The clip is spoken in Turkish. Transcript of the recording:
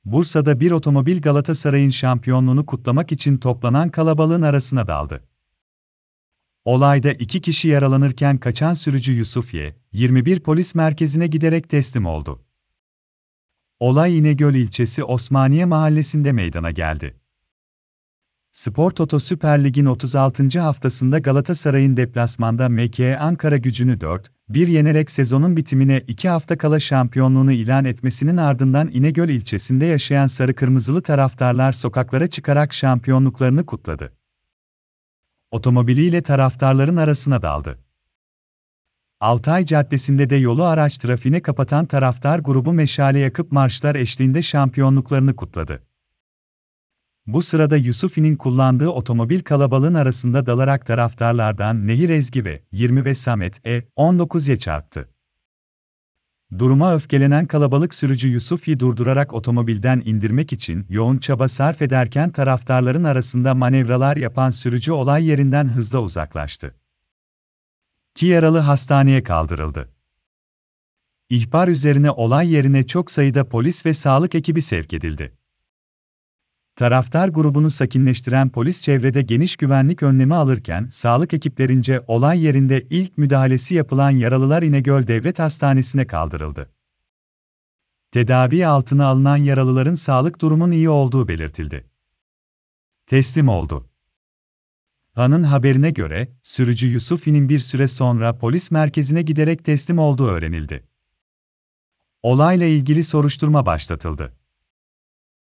Bursa'da bir otomobil Galatasaray'ın şampiyonluğunu kutlamak için toplanan kalabalığın arasına daldı. Olayda 2 kişi yaralanırken kaçan sürücü Yusuf Y, 21 polis merkezine giderek teslim oldu. Olay İnegöl ilçesi Osmaniye mahallesinde meydana geldi. Spor Toto Süper Lig'in 36. haftasında Galatasaray'ın deplasmanda MK Ankaragücü'nü 4-1 yenerek sezonun bitimine 2 hafta kala şampiyonluğunu ilan etmesinin ardından İnegöl ilçesinde yaşayan sarı kırmızılı taraftarlar sokaklara çıkarak şampiyonluklarını kutladı. Otomobiliyle taraftarların arasına daldı. Altay Caddesi'nde de yolu araç trafiğine kapatan taraftar grubu meşale yakıp marşlar eşliğinde şampiyonluklarını kutladı. Bu sırada Yusufi'nin kullandığı otomobil kalabalığın arasında dalarak taraftarlardan Nehir Ezgi ve 20 ve Samet 19'ya çarptı. Duruma öfkelenen kalabalık sürücü Yusufi'yi durdurarak otomobilden indirmek için yoğun çaba sarf ederken taraftarların arasında manevralar yapan sürücü olay yerinden hızla uzaklaştı. 2 yaralı hastaneye kaldırıldı. İhbar üzerine olay yerine çok sayıda polis ve sağlık ekibi sevk edildi. Taraftar grubunu sakinleştiren polis çevrede geniş güvenlik önlemi alırken sağlık ekiplerince olay yerinde ilk müdahalesi yapılan yaralılar İnegöl Devlet Hastanesi'ne kaldırıldı. Tedavi altına alınan yaralıların sağlık durumunun iyi olduğu belirtildi. Teslim oldu. AN'ın haberine göre, sürücü Yusufi'nin bir süre sonra polis merkezine giderek teslim olduğu öğrenildi. Olayla ilgili soruşturma başlatıldı.